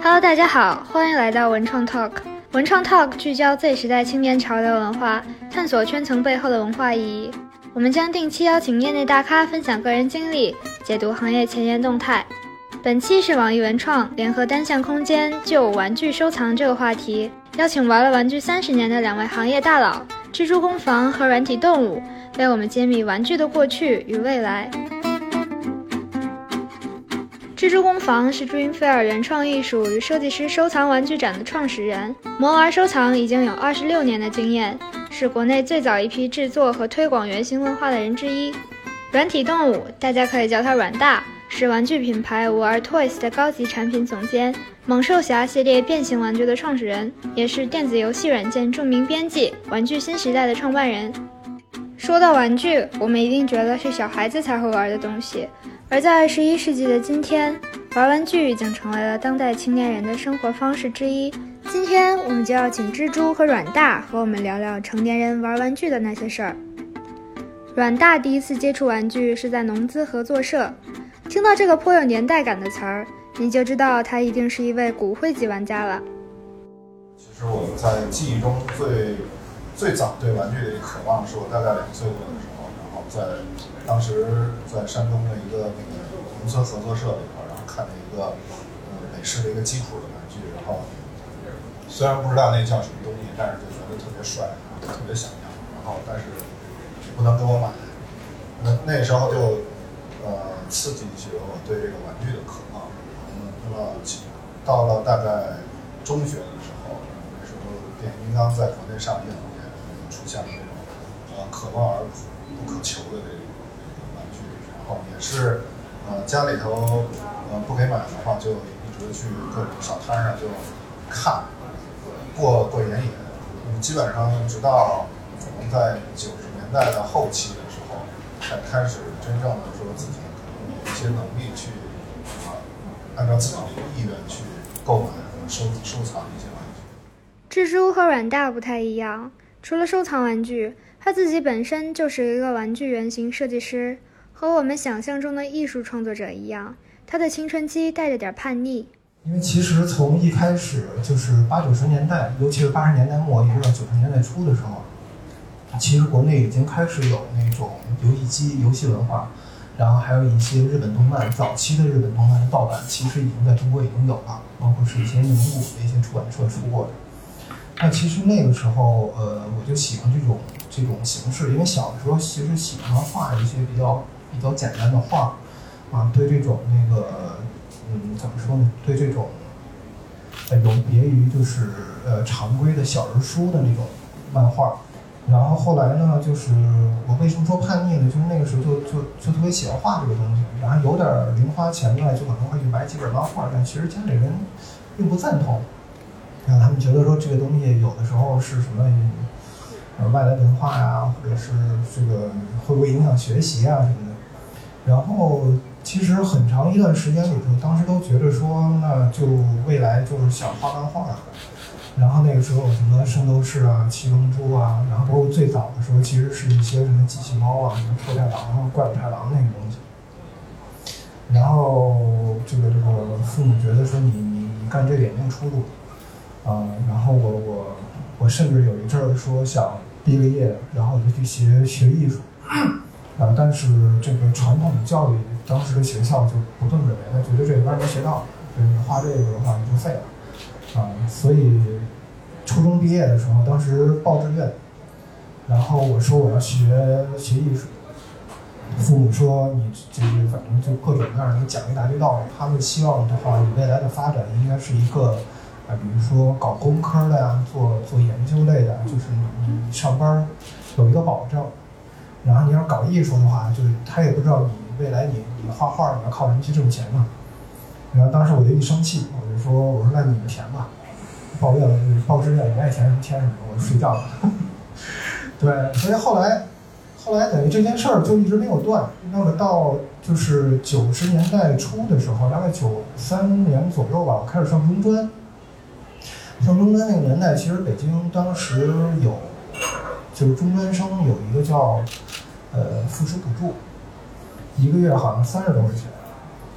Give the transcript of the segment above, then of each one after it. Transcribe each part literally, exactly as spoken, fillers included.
Hello， 大家好，欢迎来到文创 Talk。文创 Talk 聚焦 Z 时代青年潮流文化，探索圈层背后的文化意义。我们将定期邀请业内大咖分享个人经历，解读行业前沿动态。本期是网易文创联合单向空间就玩具收藏这个话题，邀请玩了玩具三十年的两位行业大佬蜘蛛工坊和软体动物，为我们揭秘玩具的过去与未来。蜘蛛工坊是 Dreamfair 原创艺术与设计师收藏玩具展的创始人，魔玩收藏已经有二十六年的经验，是国内最早一批制作和推广原型文化的人之一。软体动物，大家可以叫它软大，是玩具品牌五二 Toys 的高级产品总监，猛兽侠系列变形玩具的创始人，也是电子游戏软件著名编辑，玩具新时代的创办人。说到玩具，我们一定觉得是小孩子才会玩的东西，而在二十一世纪的今天，玩玩具已经成为了当代青年人的生活方式之一。今天我们就要请蜘蛛和软大和我们聊聊成年人玩玩具的那些事儿。软大第一次接触玩具是在农资合作社，听到这个颇有年代感的词儿，你就知道他一定是一位骨灰级玩家了。 其实我在记忆中最最早对玩具的一个渴望是我大概两岁多的时候，然后在当时在山东的一个那个农村合作社里边，然后看了一个呃美式的一个基础的玩具，然后虽然不知道那叫什么东西，但是就觉得特别帅，特别想要，然后但是不能给我买，那那时候就呃刺激起了我对这个玩具的渴望。嗯，那么到了大概中学的时候，那时候变形金刚在国内上映，也出现了这种呃可望而不可求的这种玩具，然后也是呃家里头呃不给买的话，就一直去各种小摊上就看，过过眼瘾。嗯，基本上直到可能在九十年代的后期的时候，才开始真正的说自己可能有一些能力去啊、呃、按照自己的意愿去购买和收收藏一些玩具。 蜘蛛和软大不太一样，除了收藏玩具，他自己本身就是一个玩具原型设计师，和我们想象中的艺术创作者一样，他的青春期带着点叛逆。 因为其实从一开始就是八九十年代，尤其是八十年代末一直到九十年代初的时候，其实国内已经开始有那种游戏机游戏文化，然后还有一些日本动漫，早期的日本动漫的盗版其实已经在中国已经有了，包括是一些内蒙古的一些出版社出过的。那其实那个时候呃我就喜欢这种这种形式，因为小的时候其实喜欢画一些比较比较简单的画啊，对这种那个嗯怎么说呢，对这种呃有别于就是呃常规的小人书的那种漫画。然后后来呢，就是我为什么说叛逆呢？就是那个时候就就就特别喜欢画这个东西，然后有点零花钱呢，就可能会去买几本漫画，但其实家里人并不赞同，然后他们觉得说这个东西有的时候是什么呃外来文化呀，或者是这个会不会影响学习啊什么的。然后其实很长一段时间里头，当时都觉得说，那就未来就是想画漫画。然后那个时候什么圣斗士啊、七龙珠啊，然后包括最早的时候，其实是一些什么机器猫啊、什么破太郎啊、怪物太郎那个东西。然后这个这个父母觉得说你你你干这个也没有出路啊、呃，然后我我我甚至有一阵儿说想毕个业，然后我就去学学艺术啊，但是这个传统的教育，当时的学校就不这么认为，他觉得这个班没学到，对你画这个的话你就废了。啊，所以初中毕业的时候，当时报志愿，然后我说我要学学艺术，父母说你这个反正就各种各样的讲一大堆道理，他们希望的话，你未来的发展应该是一个啊，比如说搞工科的呀，做做研究类的，就是你你上班有一个保证，然后你要搞艺术的话，就是他也不知道你未来你你画画你要靠什么去挣钱嘛。然后当时我就一生气，我就说我说那你们填吧，报愿报志愿，你爱填什么填什么，我就睡觉了。对，所以后来后来等于这件事儿就一直没有断。那么到就是九十年代初的时候，大概九三年左右吧，我开始上中专。上中专那个年代，其实北京当时有就是中专生有一个叫呃副食补助，一个月好像三十多块钱。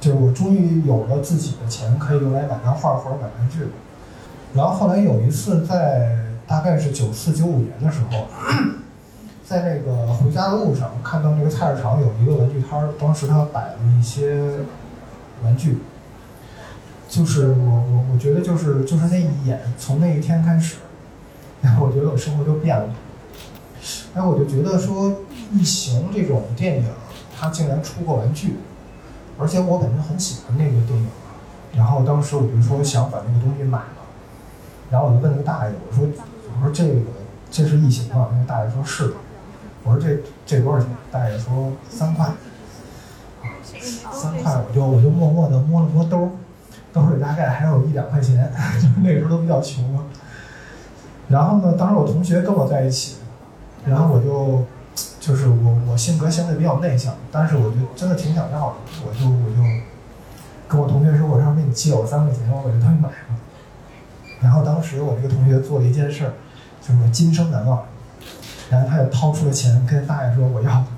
就是我终于有了自己的钱可以用来买漫画或者买玩具。然后后来有一次在大概是九四九五年的时候，在那个回家的路上看到那个菜市场有一个玩具摊儿，当时他摆了一些玩具，就是我我我觉得就是就是那一眼，从那一天开始，然后我觉得我生活就变了。然后我就觉得说，异形这种电影，它竟然出过玩具，而且我本身很喜欢那个电影，然后当时我就说想把那个东西买了，然后我就问那个大爷，我说我说这个这是异形吗？那个大爷说是的。我说这这多少钱？大爷说三块。三块，我就我就默默地摸了摸兜，兜里大概还有一两块钱，就是那个时候都比较穷了。然后呢，当时我同学跟我在一起，然后我就就是我我性格相对比较内向，但是我就真的挺想要的，我就我就跟我同学说，我说给你借我三块钱，我把这东西买了。然后当时我这个同学做了一件事，就是我今生难忘。然后他也掏出了钱，跟大爷说我要。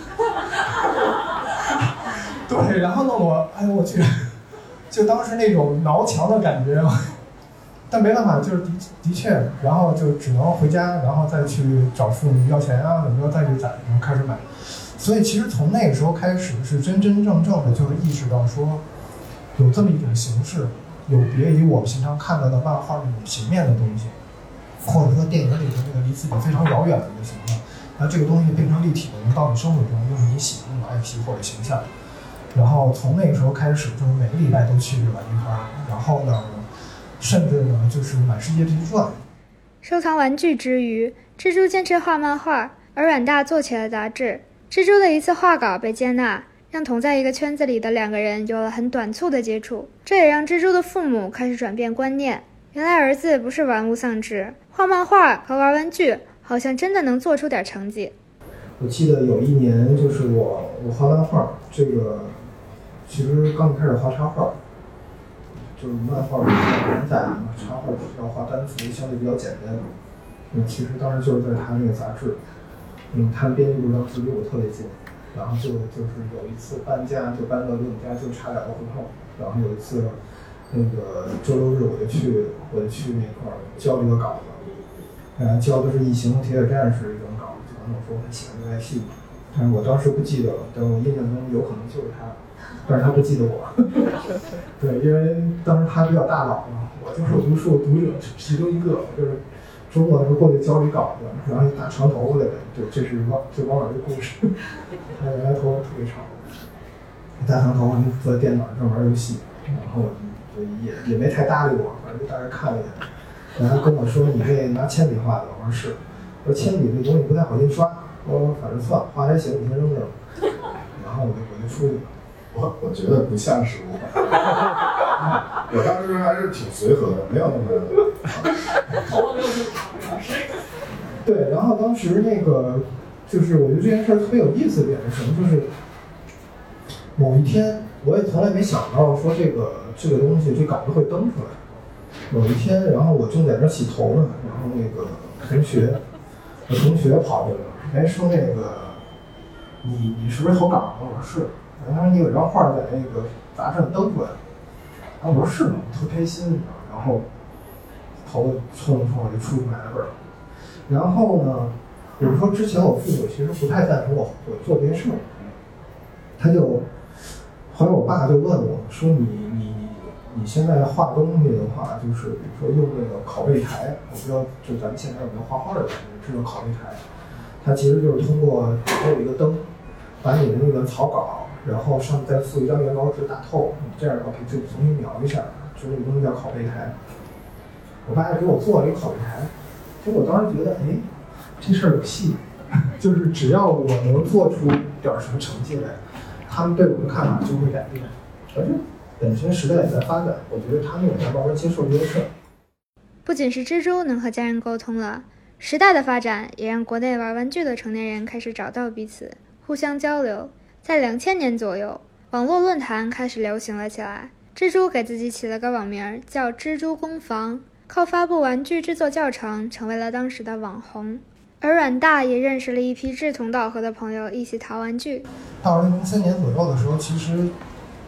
对，然后呢，我哎呦我去，就当时那种挠墙的感觉，但没办法，就是的的确，然后就只能回家，然后再去找父母要钱啊，怎么着再去攒，然后开始买。所以其实从那个时候开始，是真真正正的就是意识到说，有这么一种形式，有别于我们平常看到的漫画那种平面的东西。或者说电影里的那个离自己非常遥远的一个形象，那这个东西变成立体的，能到你生活中用你喜欢的 I P 或者形象。然后从那个时候开始，就是每个礼拜都去玩具摊，然后呢，甚至呢就是满世界去转。 收藏玩具之余，蜘蛛坚持画漫画，而阮大做起了杂志。蜘蛛的一次画稿被接纳，让同在一个圈子里的两个人有了很短促的接触，这也让蜘蛛的父母开始转变观念。原来儿子不是玩物丧志，画漫画和玩玩具好像真的能做出点成绩。 我记得有一年，就是我我画漫画，这个其实刚开始画插画，就是漫画是连载嘛，插画是要画单幅，相对比较简单。嗯，其实当时就是在他那个杂志，嗯，他们编辑部当时离我特别近，然后就就是有一次搬家就搬到离我们家就差两个胡同，然后有一次。那个周六日我就去，我就去那块儿交这个稿子，呃，交的是《异形：铁血战士》一种稿子，然后我说我很喜欢这 I P， 但是我当时不记得了，但我印象中有可能就是他，但是他不记得我。对，因为当时他比较大佬嘛，我就是无数读者其中一个，就是周末的时候过去交这稿子，然后一大长头发的人，对，这是王这王老师的故事，他原来头发特别长，一大长头发坐在电脑上玩游戏，然后。也也没太搭理我，反正就大概看了一眼，然后跟我说你这拿铅笔画的，我说是，我说铅笔这东西不太好印刷，我说反正算了，画还行，你先扔这儿，然后我就我就出去了。 我我觉得不像是我，我当时还是挺随和的，没有那么。 对，然后当时那个就是我觉得这件事特别有意思的点是什么，就是某一天我也从来没想到说这个。这个东西这稿子会登出来。某一天，然后我正在那洗头呢，然后那个同学，我同学跑过来了，哎，说那个你你是不是投稿了？我说是。然后他说你有张画在那个杂志上登出来了。然后我说是吗？我特开心，然后头冲了冲我就出去买了本。然后呢，比如说之前我父母其实不太赞成我我做这件事儿，他就后来我爸就问我说你你。你现在画东西的话，就是比如说用那个拷贝台，我不知道就咱们现在有没有画画的人知道拷贝台，它其实就是通过它有一个灯，把你的那个草稿，然后上面再附一张原稿纸打透，这样的话可以就重新描一下，就那个东西叫拷贝台。我爸就给我做了一个拷贝台，其实我当时觉得，哎，这事儿有戏，就是只要我能做出点什么成绩来，他们对我的看法就会改变，而且。本身时代也在发展，我觉得他们也在慢慢接受这件事。 不仅是蜘蛛能和家人沟通了，时代的发展也让国内玩玩具的成年人开始找到彼此，互相交流。在两千年左右，网络论坛开始流行了起来。蜘蛛给自己起了个网名叫蜘蛛工坊，靠发布玩具制作教程成为了当时的网红。而阮大也认识了一批志同道合的朋友，一起淘玩具。 到二零零三年左右的时候，其实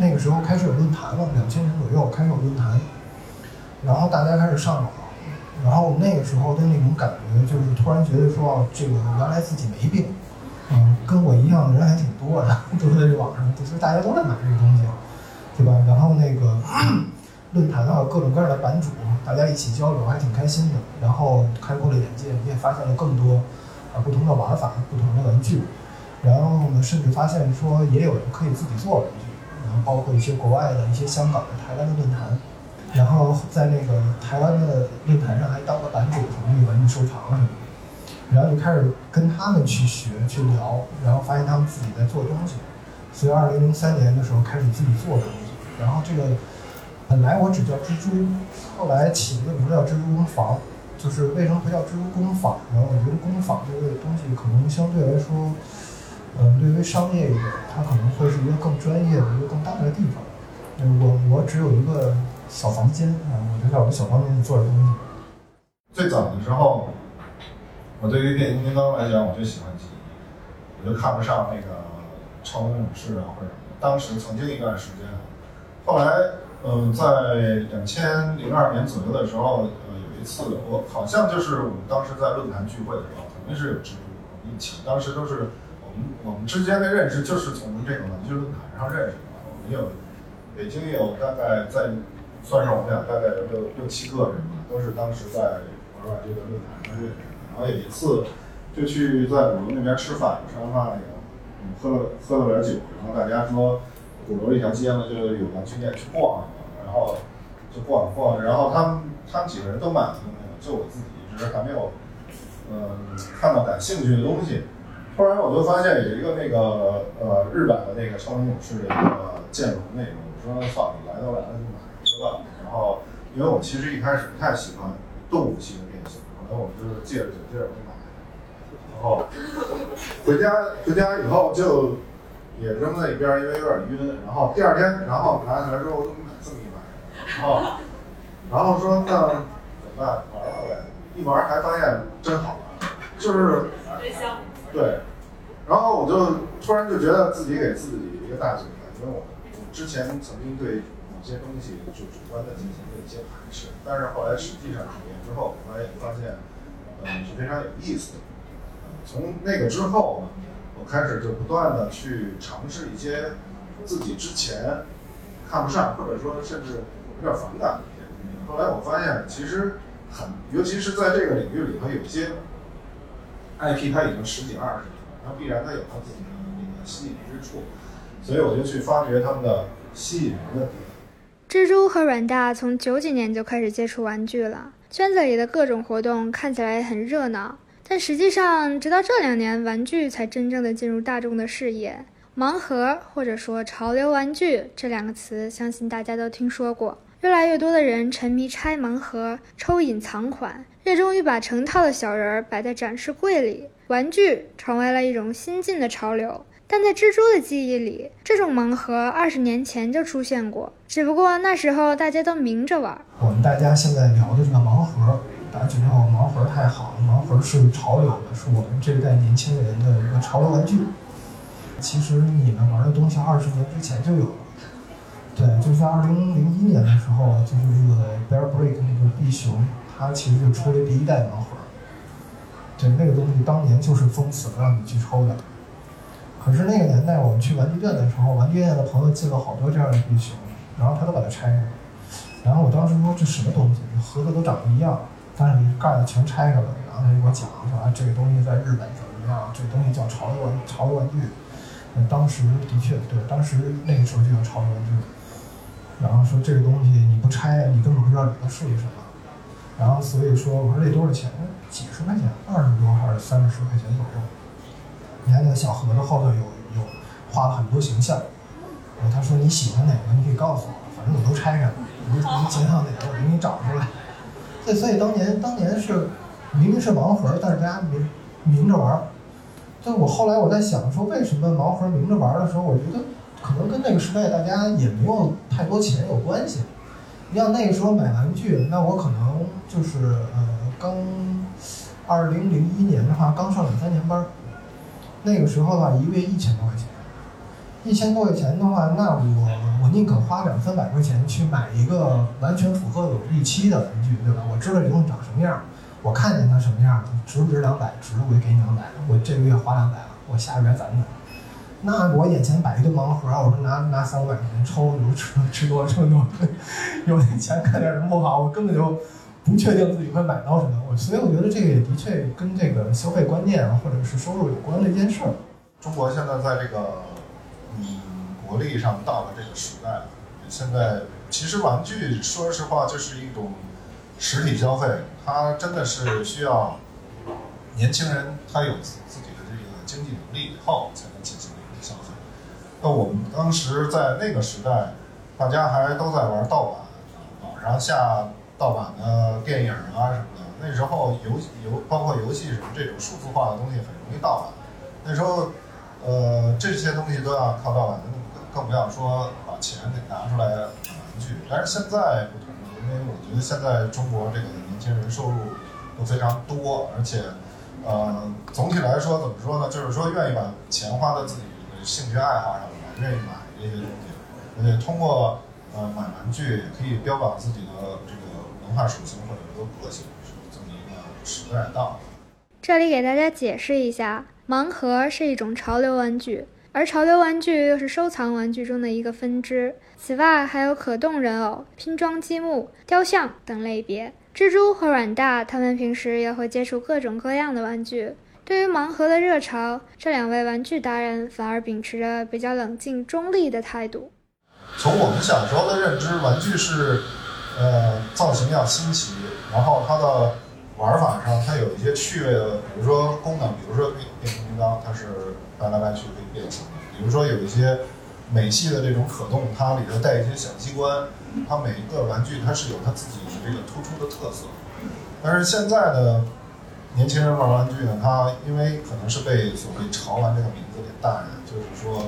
那个时候开始有论坛了，两千年左右开始有论坛，然后大家开始上网，然后那个时候的那种感觉就是突然觉得说，哦，这个原来自己没病，嗯，跟我一样的人还挺多的，都在这网上，就是大家都在买这个东西，对吧？然后那个论坛啊，各种各样的版主，大家一起交流，还挺开心的。然后开阔了眼界，你也发现了更多啊不同的玩法，不同的玩具。然后呢，甚至发现说也有人可以自己做玩具，然后包括一些国外的一些香港的、台湾的论坛，然后在那个台湾的论坛上还当了版主，什么玩具收藏什么的，然后就开始跟他们去学去聊，然后发现他们自己在做东西，所以二零零三年的时候开始自己做东西，然后这个本来我只叫蜘蛛，后来起了个名叫蜘蛛工坊，就是为什么不叫蜘蛛工坊呢？我觉得工坊这个东西可能相对来说。嗯，略微商业一点，它可能会是一个更专业的、一个更大的地方。我我只有一个小房间啊，我就在我的小房间里做点东西。 最早的时候，我对于变形金刚来讲，我就喜欢记忆，我就看不上那个超能勇士啊或者什么。当时曾经一段时间，后来，嗯、呃，在两千零二年左右的时候，呃，有一次我好像就是我们当时在论坛聚会的时候，肯定是有蜘蛛一起，当时都是。我们我们之间的认识就是从这种玩具论坛上认识的。我们有北京有大概在算上我们俩大概有六六七个人吧，都是当时在玩玩具的论坛上认识的。然后有一次就去在鼓楼那边吃饭，吃完饭那个嗯喝了喝了点酒，然后大家说鼓楼一条街嘛就有玩具店去逛，然后就逛逛，然后他们他们几个人都买了东西，就我自己一直还没有嗯看到感兴趣的东西。突然我就发现有一个那个呃日版的那个超能勇士的一个剑龙那个，我说算了，来都来了就买一个吧。然后因为我其实一开始不太喜欢动物系的变形，后来我就借着酒劲儿就买了。然后回家回家以后就也扔在一边，因为有点晕。然后第二天，然后拿起来说我怎么买这么一玩意儿？然后然后说那怎么办？玩了呗。一玩还发现真好玩，就是对。然后我就突然就觉得自己给自己一个大嘴巴，因为我我之前曾经对某些东西就主观的进行了一些排斥，但是后来实际上体验之后，我也发现，嗯，是非常有意思的。从那个之后，我开始就不断的去尝试一些自己之前看不上，或者说甚至有点反感的一些东西。后来我发现，其实很，尤其是在这个领域里头，有些 I P 它已经十几二十年。然后必然它有它自己的那个吸引之处，所以我就去发掘它们的吸引人的地方。 蜘蛛和阮大从九几年就开始接触玩具了，圈子里的各种活动看起来很热闹，但实际上直到这两年，玩具才真正的进入大众的视野。盲盒或者说潮流玩具这两个词，相信大家都听说过。越来越多的人沉迷拆盲盒、抽隐藏款，热衷于把成套的小人摆在展示柜里。玩具成为了一种新进的潮流，但在蜘蛛的记忆里，这种盲盒二十年前就出现过，只不过那时候大家都明着玩。 我们大家现在聊的这个盲盒，大家觉得哦，盲盒太好了，盲盒是潮流的，是我们这一代年轻人的一个潮流玩具。其实你们玩的东西二十年之前就有了。对，就在二零零一年的时候，就是这个 Bear Brick 那个壁熊，它其实就出了第一代盲盒。对，那个东西当年就是封死了让你去抽的。可是那个年代我们去玩具店的时候，玩具店的朋友进了好多这样的壁熊，然后他都把它拆了。然后我当时说这什么东西，盒子都长得一样，但是盖子全拆上了。然后他就给我讲说啊，这个东西在日本怎么样，这个东西叫潮流玩潮流玩具。嗯，当时的确对，当时那个时候就叫潮流玩具。然后说这个东西你不拆，你根本不知道里头是一什么。然后所以说我说这多少钱？几十块钱，二十多还是三十块钱左右。你看那个小盒子后头有有画了很多形象。然后他说你喜欢哪个，你可以告诉我，反正我都拆开了，你你捡到哪个我给你找出来。所以所以当年当年是明明是盲盒，但是大家明明着玩。就我后来我在想说，为什么盲盒明着玩的时候，我觉得可能跟那个时代大家也没有太多钱有关系。你像那个时候买玩具，那我可能就是呃刚二零零一年的话，刚上两三年班，那个时候的话，一个月一千多块钱，一千多块钱的话，那我我宁可花两三百块钱去买一个完全符合我预期的玩具，对吧？我知道这东西长什么样，我看见它什么样，值不值两百，值，我就给你两百，我这个月花两百了，我下个月攒攒。那我眼前摆一堆盲盒，我说拿拿三五百块钱抽，我吃吃多吃多，有那钱干点什么不好，我根本就不确定自己会买到什么。我所以我觉得这个也的确跟这个消费观念或者是收入有关的一件事儿。 中国现在在这个嗯国力上到了这个时代，现在其实玩具说实话就是一种实体消费，它真的是需要年轻人他有自己的这个经济能力以后才能进行一个消费。那我们当时在那个时代，大家还都在玩盗版，网上下盗版的电影啊什么的。那时候游游包括游戏什么这种数字化的东西很容易盗版。那时候，呃，这些东西都要靠盗版，更不要说把钱给拿出来买玩具。但是现在不同了，因为我觉得现在中国这个年轻人收入都非常多，而且，呃，总体来说怎么说呢？就是说愿意把钱花在自己的兴趣爱好上面，愿意买这些东西，而且通过呃买玩具也可以标榜自己的这个文化属性或者说个性，是这么一个时代到了。 这里给大家解释一下，盲盒是一种潮流玩具，而潮流玩具又是收藏玩具中的一个分支。此外还有可动人偶、拼装积木、雕像等类别。蜘蛛和阮大他们平时也会接触各种各样的玩具。对于盲盒的热潮，这两位玩具达人反而秉持着比较冷静中立的态度。 从我们小时候的认知，玩具是呃造型要新奇，然后它的玩法上它有一些趣味的，比如说功能，比如说变变形金刚，它是掰来掰去可以变形的；比如说有一些美系的这种可动，它里头带一些小机关，它每一个玩具它是有它自己的这个突出的特色。但是现在的年轻人玩玩具呢，他因为可能是被所谓潮玩这个名字给带的，就是说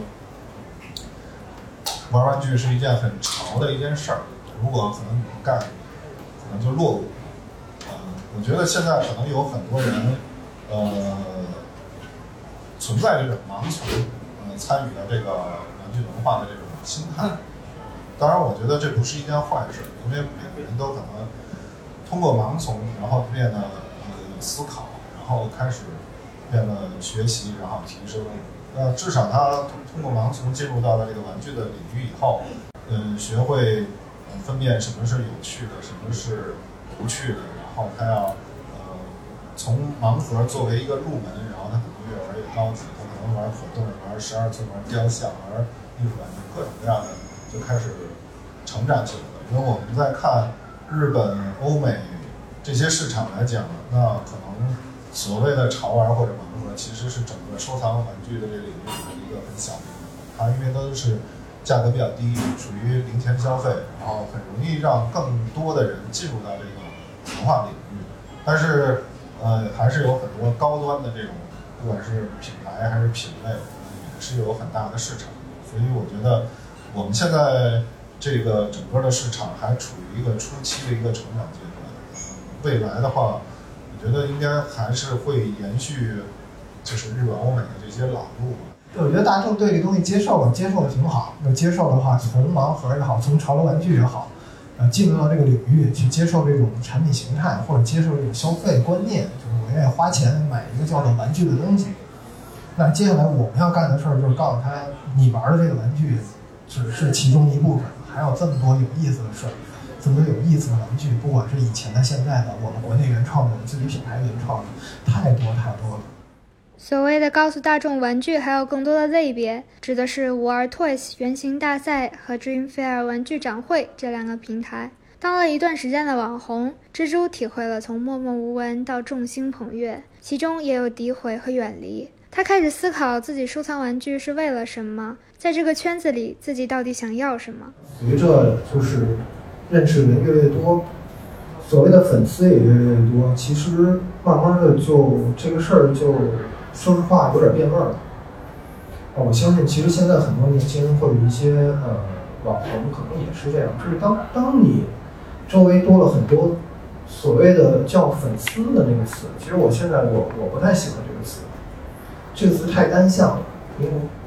玩玩具是一件很潮的一件事儿，如果可能你不干，可能就落伍。呃，我觉得现在可能有很多人，呃，存在这种盲从，呃，参与了这个玩具文化的这种心态。当然，我觉得这不是一件坏事，因为每个人都可能通过盲从，然后变得呃思考，然后开始变得学习，然后提升。那至少他通过盲从进入到了这个玩具的领域以后，嗯，学会分辨什么是有趣的，什么是无趣的，然后他要呃从盲盒作为一个入门，然后他可能越玩越高级，他可能玩可动，玩十二寸，玩雕像，玩艺术玩具，各种各样的就开始成长起来了。因为我们在看日本、欧美这些市场来讲，那可能所谓的潮玩或者盲盒，其实是整个收藏玩具的这个领域的一个很小的一部分。它因为都是价格比较低，属于零钱消费，然后很容易让更多的人进入到这个文化领域。但是，呃，还是有很多高端的这种，不管是品牌还是品类，也是有很大的市场。所以我觉得我们现在这个整个的市场还处于一个初期的一个成长阶段。未来的话，我觉得应该还是会延续，就是日本、欧美的这些老路。 我觉得大众对这个东西接受了，接受的挺好。那接受的话，从盲盒也好，从潮流玩具也好，呃，进入到这个领域去接受这种产品形态，或者接受这种消费观念，就是我愿意花钱买一个叫做玩具的东西。那接下来我们要干的事儿就是告诉他，你玩的这个玩具只是其中一部分，还有这么多有意思的事儿，这么多有意思的玩具，不管是以前的、现在的，我们国内原创的、我们自己品牌原创的，太多太多了。 所谓的告诉大众玩具还有更多的类别，指的是五二 Toys 原型大赛和 Dream Fair 玩具展会这两个平台。当了一段时间的网红，蜘蛛体会了从默默无闻到众星捧月，其中也有诋毁和远离。他开始思考自己收藏玩具是为了什么，在这个圈子里自己到底想要什么。 随着就是认识的人越来越多，所谓的粉丝也越来越多，其实慢慢的就这个事儿就说实话有点变味了。我相信其实现在很多年轻人或者一些呃网红可能也是这样，就是当当你周围多了很多所谓的叫粉丝的那个词，其实我现在我我不太喜欢这个词，这个词太单向了，因为我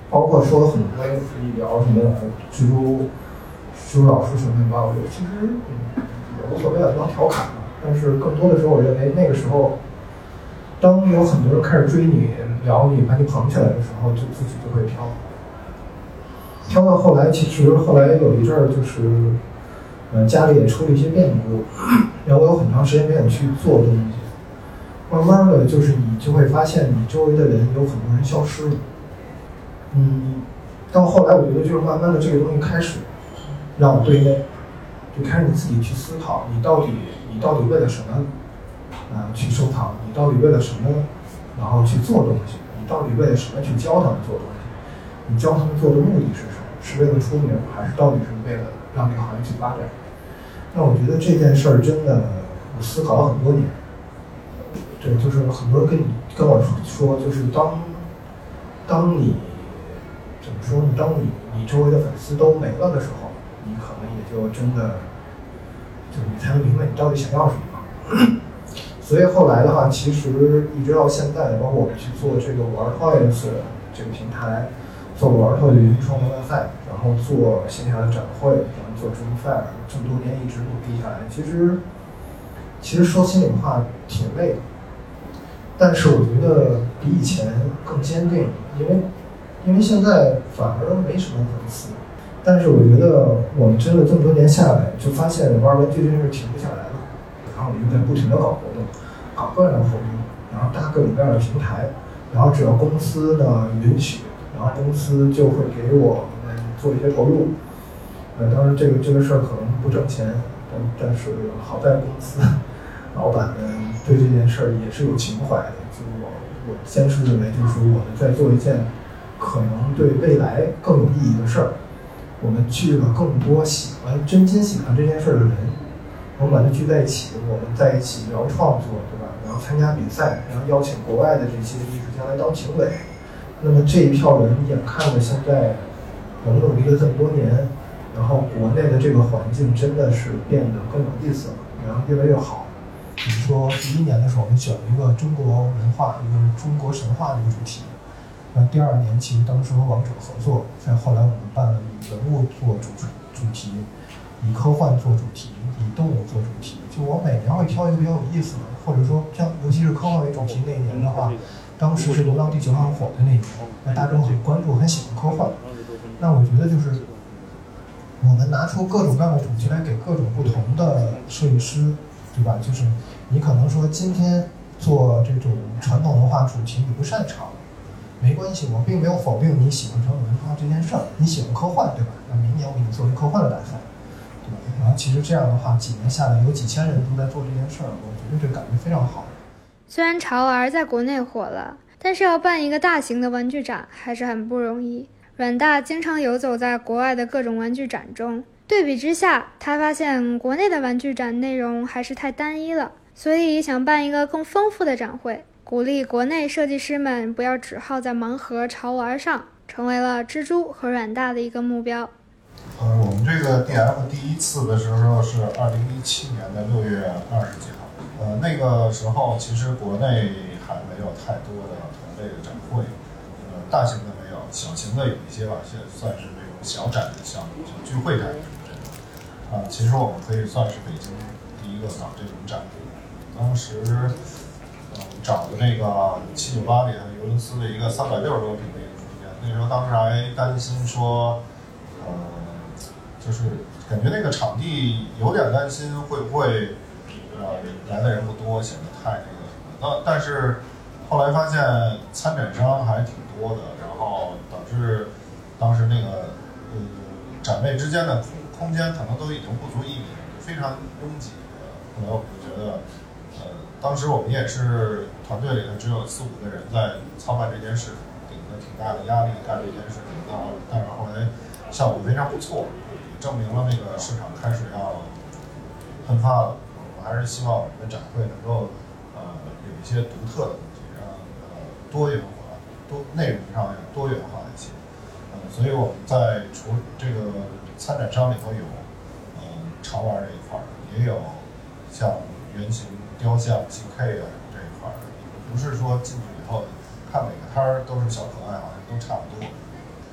包括说很多一聊什么蜘蛛蜘蛛老师什么的吧，我觉得其实嗯也无所谓啊，当调侃嘛。但是更多的时候，我认为那个时候，当有很多人开始追你、聊你、把你捧起来的时候，就自己就会飘。飘到后来，其实后来有一阵儿就是，呃，家里也出了一些变故，然后我有很长时间没有去做东西。慢慢的就是你就会发现，你周围的人有很多人消失了。嗯，到后来我觉得就是慢慢的这个东西开始让我对内，就开始你自己去思考，你到底你到底为了什么，呃，去收藏？你到底为了什么，然后去做东西？你到底为了什么去教他们做东西？你教他们做的目的是什么？是为了出名，还是到底是为了让这个行业去发展？那我觉得这件事儿真的，我思考了很多年。对，就是很多人跟你跟我说，就是当当你怎么说呢？当你你周围的粉丝都没了的时候，你可能也就真的，就是你才能明白你到底想要什么。所以后来的话，其实一直到现在，包括我们去做这个玩 Toys 这个平台，做玩 Toys 的云创文化赛，然后做线下的展会，然后做 Dream Fair， 这么多年一直努力下来，其实其实说心里话挺累的。但是我觉得比以前更坚定，因为因为现在反而没什么粉丝，但是我觉得我们真的这么多年下来，就发现玩玩具这件事停不下来了，然后我们就在不停的搞活动，搞各样的活动，然后搭各种各样的平台，然后只要公司呢允许，然后公司就会给我们做一些投入。呃，当然这个这个事儿可能不挣钱，但但是好在公司老板们对这件事儿也是有情怀的，就我我先是认为，就是我们在做一件可能对未来更有意义的事儿，我们聚了更多喜欢、真心喜欢这件事儿的人，我们把它聚在一起，我们在一起聊创作，对吧？然后参加比赛，然后邀请国外的这些艺术家来当评委。那么这一票人，眼看着现在我们努力了这么多年，然后国内的这个环境真的是变得更有意思了，然后越来越好。比如说第一年的时候，我们选了一个中国文化、一个中国神话的一个主题。那第二年，其实当时和王者合作，再后来我们办了以人物做主主题，以科幻做主题，以动物做主题。就我每年会挑一个比较有意思的，或者说像尤其是科幻为主题那一年的话，当时是《流浪地球》很火的那一年，那大众很关注、很喜欢科幻。那我觉得就是我们拿出各种各样的主题来给各种不同的设计师。对吧？就是你可能说今天做这种传统文化主题你不擅长，没关系，我并没有否定你喜欢传统文化这件事儿，你喜欢科幻，对吧？那明年我给你做一科幻的大赛，对吧？然后其实这样的话，几年下来有几千人都在做这件事儿，我觉得这感觉非常好。 虽然潮玩在国内火了，但是要办一个大型的玩具展还是很不容易。阮大经常游走在国外的各种玩具展中。对比之下，他发现国内的玩具展内容还是太单一了，所以想办一个更丰富的展会，鼓励国内设计师们不要只耗在盲盒潮玩上，成为了蜘蛛和阮大的一个目标。 呃，我们这个 D F 第一次的时候是二零一七年的六月二十几号，呃，那个时候其实国内还没有太多的同类的展会，呃，大型的没有，小型的有一些吧，现在算是这种小展的项目，像聚会展。啊，其实我们可以算是北京第一个搞这种展。当时，嗯，找的那个七九八里的尤伦斯的一个三百六十多平的一个空间，那时候当时还担心说，呃，就是感觉那个场地有点担心会不会，呃，来的人不多，显得太那个。那但是后来发现参展商还挺多的，然后导致当时那个呃展位之间的空间可能都已经不足一米，非常拥挤。后来我们就觉得，呃，当时我们也是团队里头只有四五个人在操办这件事，顶着挺大的压力干这件事情，但是后来效果非常不错，也证明了那个市场开始要喷发了。我们还是希望我们的展会能够呃有一些独特的东西，让呃多元化，多内容上要多元化一些。呃，所以我们在除这个参展商里头有，呃，潮玩这一块儿，也有像原型雕像 G K 啊这一块儿的，不是说进去以后看每个摊儿都是小可爱，好像都差不多。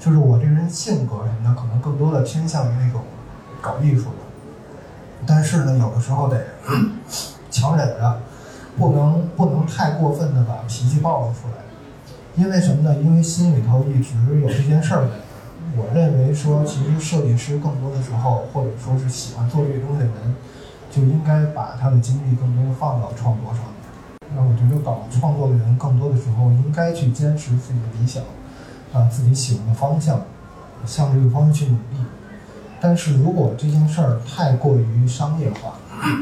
就是我这个人性格什么的，可能更多的偏向于那种搞艺术的，但是呢，有的时候得强忍着，不能不能太过分的把脾气暴露出来。因为什么呢？因为心里头一直有这件事儿在。我认为说，其实设计师更多的时候，或者说是喜欢做这个东西的人，就应该把他的精力更多的放到创作上面。那我觉得搞创作的人，更多的时候应该去坚持自己的理想，啊，自己喜欢的方向，向这个方向去努力。但是如果这件事儿太过于商业化，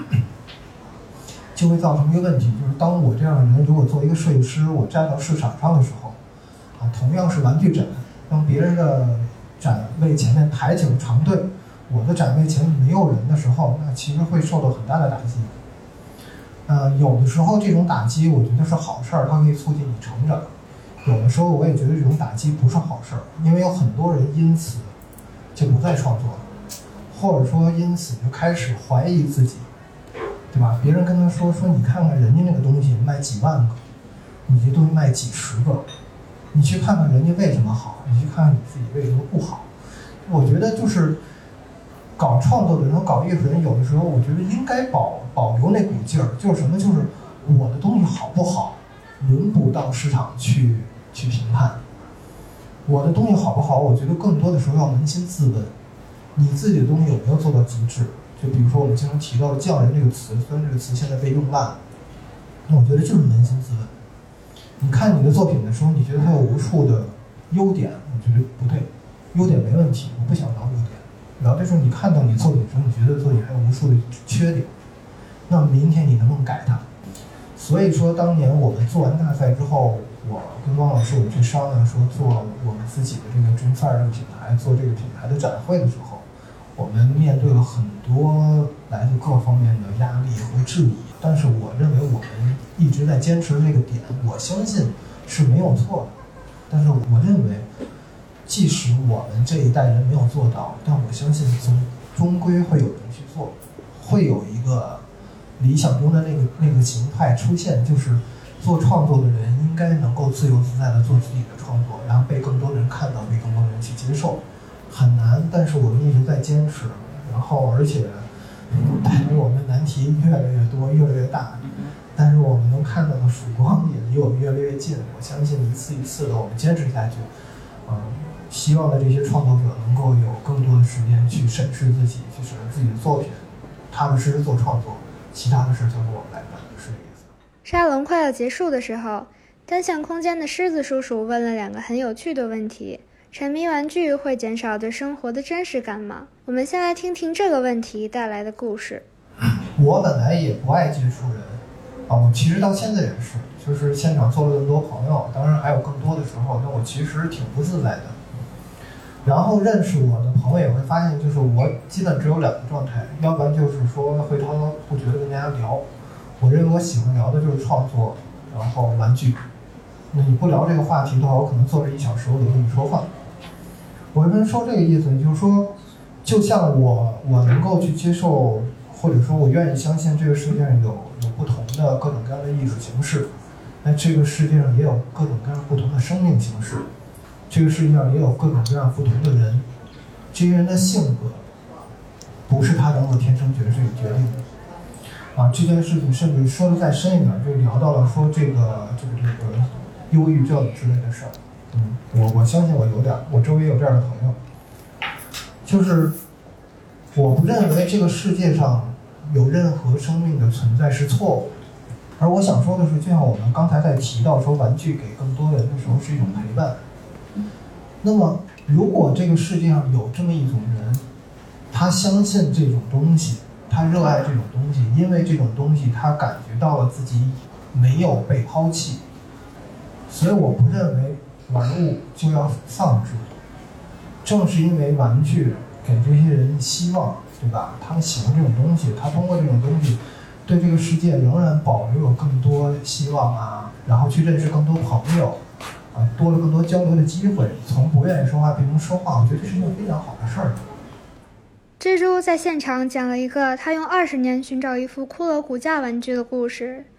就会造成一个问题，就是当我这样的人，如果做一个设计师，我站到市场上的时候，啊，同样是玩具展，当别人的展位前面排起了长队，我的展位前面没有人的时候，那其实会受到很大的打击。呃，有的时候这种打击我觉得是好事儿，它可以促进你成长；有的时候我也觉得这种打击不是好事儿，因为有很多人因此就不再创作了，或者说因此就开始怀疑自己，对吧？别人跟他说说，你看看人家那个东西卖几万个，你这东西卖几十个，你去看看人家为什么好，你去看看你自己为什么不好。我觉得就是搞创作的人和搞艺术的人，有的时候我觉得应该保保留那股劲儿，就是什么，就是我的东西好不好，轮不到市场去去评判。我的东西好不好，我觉得更多的时候要扪心自问，你自己的东西有没有做到极致？就比如说我们经常提到的匠人这个词，虽然这个词现在被用烂了，那我觉得就是扪心自问。你看你的作品的时候，你觉得它有无数的优点，我觉得不对，优点没问题，我不想聊优点。然后这时候你看到你作品的时候，你觉得作品还有无数的缺点，那么明天你能不能改它？所以说当年我们做完大赛之后，我跟汪老师我去商量说，做我们自己的这个 Dreamfire 这个品牌，做这个品牌的展会的时候，我们面对了很多来自各方面的压力和质疑，但是我认为我们一直在坚持这个点，我相信是没有错的。但是我认为，即使我们这一代人没有做到，但我相信终终归会有人去做，会有一个理想中的那个那个形态出现，就是做创作的人应该能够自由自在地做自己的创作，然后被更多人看到，被更多人去接受。很难，但是我们一直在坚持，然后而且带给我们难题越来越多，越来越大，但是我们能看到的曙光也离我们越来越近。我相信一次一次的我们坚持下去，嗯，希望的这些创作者能够有更多的时间去审视自己，去审视自己的作品，踏踏实实做创作，其他的事交给我们来干，是这个意思。 沙龙快要结束的时候，单向空间的狮子叔叔问了两个很有趣的问题。沉迷玩具会减少对生活的真实感吗？我们先来听听这个问题带来的故事。 我本来也不爱接触人啊，我其实到现在也是，就是现场做了那么多朋友，当然还有更多的时候，但我其实挺不自在的。然后认识我的朋友也会发现，就是我基本只有两个状态，要不然就是说会滔滔不绝的跟大家聊。我认为我喜欢聊的就是创作，然后玩具。那你不聊这个话题的话，我可能坐这一小时我得跟你说话。我跟说这个意思，就是说，就像我我能够去接受，或者说我愿意相信这个世界上有有不同的各种各样的艺术形式，那这个世界上也有各种各样不同的生命形式，这个世界上也有各种各样不同的人，这些人的性格不是他能够天生决定决定的。啊，这件事情甚至说的再深一点，就聊到了说这个这个这个忧郁症之类的事儿。嗯，我我相信我有点，我周围有这样的朋友，就是我不认为这个世界上有任何生命的存在是错误的。而我想说的是，就像我们刚才在提到说玩具给更多人的时候是一种陪伴。那么，如果这个世界上有这么一种人，他相信这种东西，他热爱这种东西，因为这种东西他感觉到了自己没有被抛弃，所以我不认为玩物就要丧志。正是因为玩具给这些人希望，对吧？他们喜欢这种东西，他通过这种东西对这个世界仍然保留有更多希望啊，然后去认识更多朋友啊，多了更多交流的机会，从不愿意说话变成说话，我觉得这是一件非常好的事儿。 蜘蛛在现场讲了一个他用二十年寻找一副骷髅骨架玩具的故事。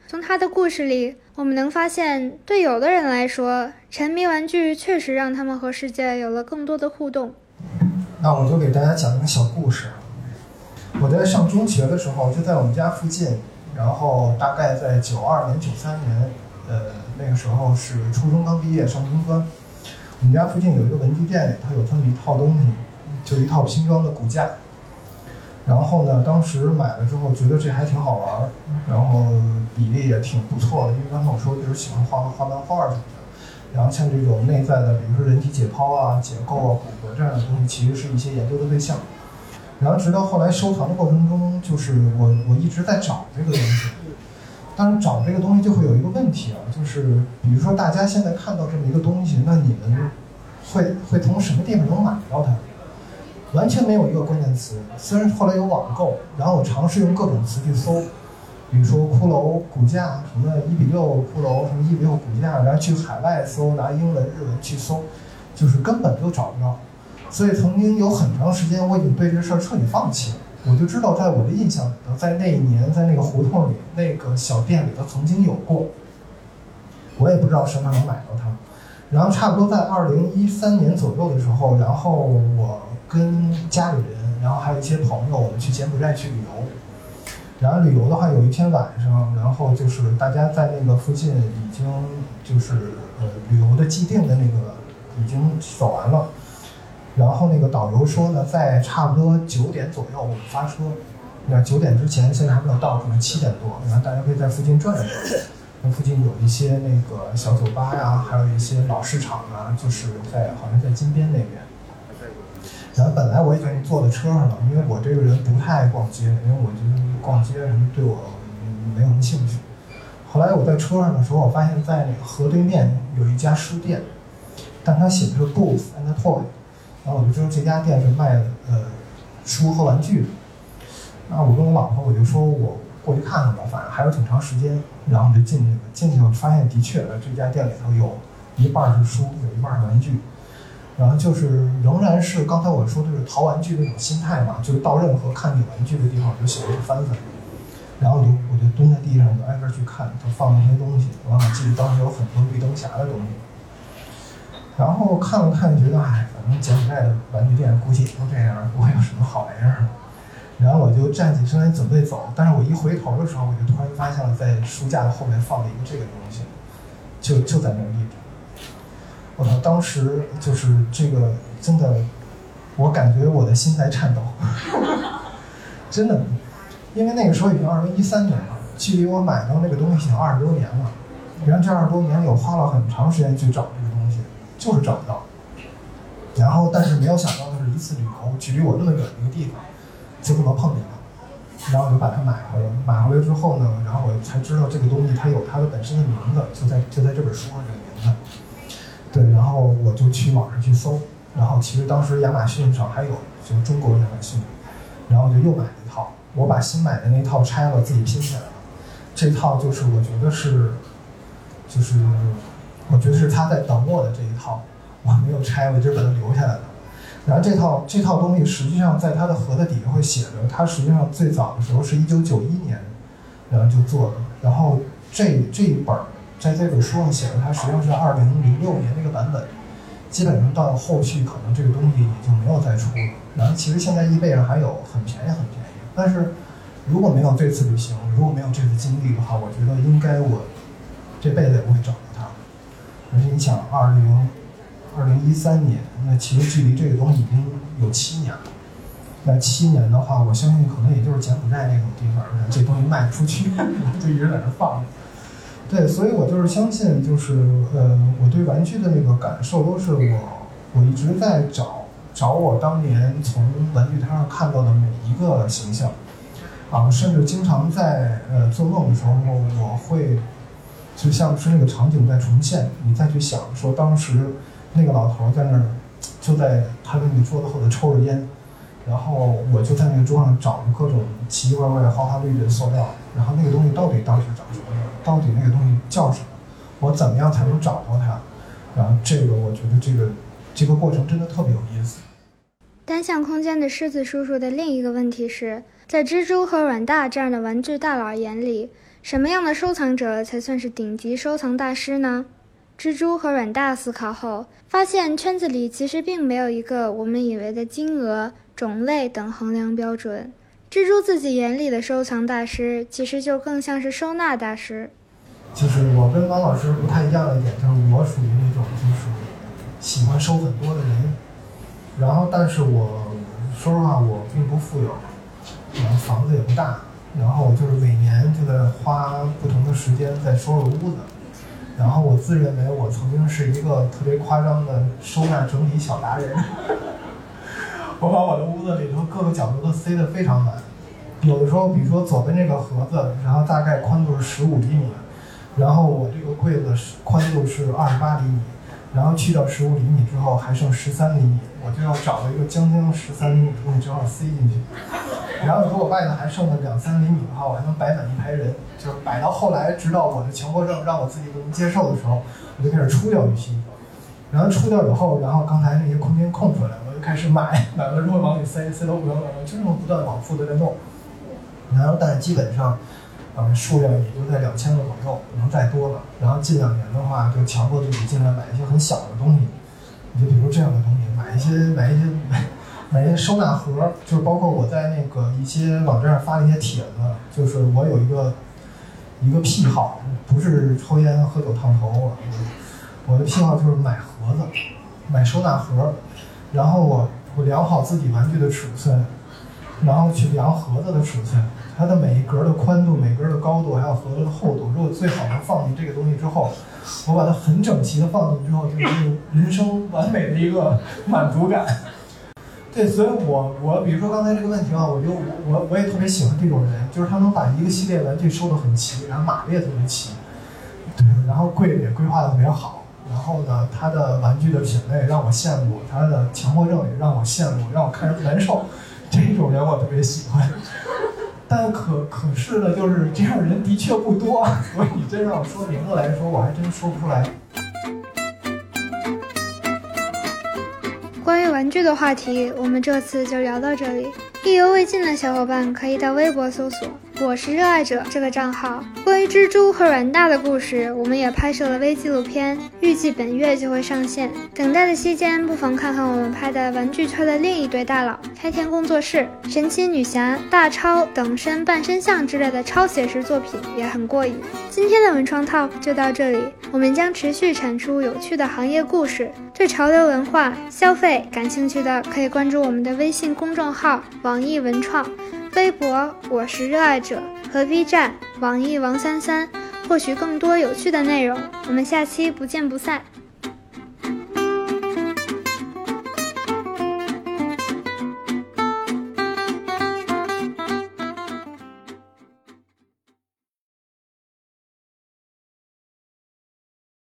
从他的故事里，我们能发现，对有的人来说，沉迷玩具确实让他们和世界有了更多的互动。 那我就给大家讲一个小故事。我在上中学的时候，就在我们家附近，然后大概在九二年、九三年，呃，那个时候是初中刚毕业上中专。我们家附近有一个文具店里，它有这么一套东西，就一套拼装的骨架。然后呢，当时买了之后觉得这还挺好玩，然后比例也挺不错的，因为刚才我说就是喜欢画画漫画什么的。然后像这种内在的，比如说人体解剖啊、解构啊、骨骼这样的东西，其实是一些研究的对象。然后直到后来收藏的过程中，就是我我一直在找这个东西。当然找这个东西就会有一个问题啊，就是比如说大家现在看到这么一个东西，那你们会会从什么地方能买到它？完全没有一个关键词。虽然后来有网购，然后我尝试用各种词去搜，比如说骷髅骨架，什么一比六骷髅，什么一比六骨架，然后去海外搜，拿英文、日文去搜，就是根本就找不着。所以曾经有很长时间，我已经对这个事儿彻底放弃了。我就知道，在我的印象里头，在那一年，在那个胡同里，那个小店里头曾经有过。我也不知道什么能买到它。然后差不多在二零一三年左右的时候，然后我跟家里人，然后还有一些朋友，我们去柬埔寨去旅游。然后旅游的话，有一天晚上，然后就是大家在那个附近已经就是呃旅游的既定的那个已经走完了。然后那个导游说呢，在差不多九点左右我们发车，那九点之前现在还没有到，可能七点多，然后大家可以在附近转一转。那附近有一些那个小酒吧呀，还有一些老市场啊，就是在好像在金边那边。然后本来我已经坐在车上了，因为我这个人不太爱逛街，因为我觉得逛街什么对我没有什么兴趣。后来我在车上的时候，我发现在那个河对面有一家书店，但它写的是 Books and Toys。然后我就知道这家店是卖呃书和玩具的。那我跟我老婆我就说我过去看看吧，反正还有挺长时间。然后我就进去了，进去我发现的确了，这家店里头有一半是书，有一半是玩具。然后就是仍然是刚才我说的是淘玩具那种心态嘛，就是到任何看见玩具的地方我就喜欢去翻翻。然后我就我就蹲在地上就挨个去看，就放那些东西。完了记得当时有很多绿灯侠的东西。然后看了看，觉得哎，反正柬埔寨的玩具店估计也都这样，不会有什么好玩意儿。然后我就站起身来准备走，但是我一回头的时候，我就突然发现了在书架的后面放了一个这个东西，就就在那个立着。我操！当时就是这个真的，我感觉我的心在颤抖，真的，因为那个时候已经二零一三年了，距离我买到那个东西已经二十多年了。然后这二十多年，我花了很长时间去找这个东西。就是找不到，然后但是没有想到的是，一次旅游距离我那么远的一个地方，就这么碰见它，然后我就把它买回来。买回来之后呢，然后我才知道这个东西它有它的本身的名字，就在就在这本书上这个名字。对，然后我就去网上去搜，然后其实当时亚马逊上还有，就是中国亚马逊，然后我就又买了一套。我把新买的那套拆了，自己拼起来了。这套就是我觉得是，就是。我觉得是他在等我的这一套，我没有拆，我一直把它留下来了。然后这套这套东西实际上在它的盒子底下会写着，它实际上最早的时候是一九九一年，然后就做的。然后这这一本在这本书上写的，它实际上是二零零六年那个版本，基本上到后续可能这个东西也就没有再出了。然后其实现在易贝上还有很便宜很便宜，但是如果没有这次旅行，如果没有这次经历的话，我觉得应该我这辈子也不会找到它。而且你想，二零二零一三年，那其实距离这个东西已经有七年了。那七年的话，我相信可能也就是柬埔寨那种地方，这东西卖不出去，就一直在那放着。对，所以我就是相信，就是呃，我对玩具的那个感受都是我我一直在找找我当年从玩具摊上看到的每一个形象，啊，甚至经常在呃做梦的时候，我会。就像是那个场景在重现，你再去想说当时那个老头在那儿，就在他的那个桌子后头抽着烟，然后我就在那个桌上找着各种奇奇怪怪、花花绿绿的塑料，然后那个东西到底到底是长什么样，到底那个东西叫什么，我怎么样才能找到它？然后这个我觉得这个这个过程真的特别有意思。 单向空间的狮子叔叔的另一个问题是，在蜘蛛和软大这样的玩具大佬眼里， 什么样的收藏者才算是顶级收藏大师呢？蜘蛛和阮大思考后，发现圈子里其实并没有一个我们以为的金额、种类等衡量标准。蜘蛛自己眼里的收藏大师，其实就更像是收纳大师。 就是我跟王老师不太一样的一点，就是我属于那种就是喜欢收很多的人，然后但是我说实话我并不富有，然后房子也不大，然后就是每年就在花不同的时间在收拾屋子，然后我自认为我曾经是一个特别夸张的收纳整理小达人。我把我的屋子里头各个角落都塞得非常满，有的时候比如说左边这个盒子，然后大概宽度是十五厘米，然后我这个柜子宽度是二十八厘米，然后去掉十五厘米之后还剩十三厘米，我就要找到一个将近十三厘米的东西正好塞进去。然后如果外头还剩了两三厘米的话，我还能摆满一排人，就是摆到后来，直到我的强迫症让我自己不能接受的时候，我就开始出掉一批。然后出掉以后，然后刚才那些空间空出来，我就开始买，买了之后往里塞，塞都不用了，就这么不断往复的在弄。然后但是基本上，呃，数量也就在两千个左右，不能再多了。然后近两年的话，就强迫自己尽量买一些很小的东西，就比如这样的东西，买一些买一些买买一些收纳盒，就是包括我在那个一些网站上发的一些帖子，就是我有一个一个癖好，不是抽烟喝酒烫头，我的癖好就是买盒子，买收纳盒，然后我我量好自己玩具的尺寸，然后去量盒子的尺寸，它的每一格的宽度、每格的高度，还有盒子的厚度。如果最好能放进这个东西之后，我把它很整齐的放进之后，就是人生完美的一个满足感。对，所以我我比如说刚才这个问题啊，我就我我也特别喜欢这种人，就是他能把一个系列玩具收得很齐，然后码列特别齐，对，然后柜子也规划得特别好。然后呢，他的玩具的品类让我羡慕，他的强迫症也让我羡慕，让我看着难受。这种人我特别喜欢。但可可是呢，就是这样的人的确不多，所以真让我说名字来说，我还真说不出来。 关于玩具的话题，我们这次就聊到这里。意犹未尽的小伙伴可以到微博搜索“我是热爱者”这个账号。关于蜘蛛和阮大的故事，我们也拍摄了微纪录片，预计本月就会上线。等待的期间，不妨看看我们拍的玩具圈的另一对大佬——开天工作室、神奇女侠、大超等身半身像之类的超写实作品也很过瘾。今天的文创 Talk 就到这里，我们将持续产出有趣的行业故事。对潮流文化、消费感兴趣的，可以关注我们的微信公众号网易文创，微博我是热爱者和 B 站网易王三三，获取更多有趣的内容。我们下期不见不散。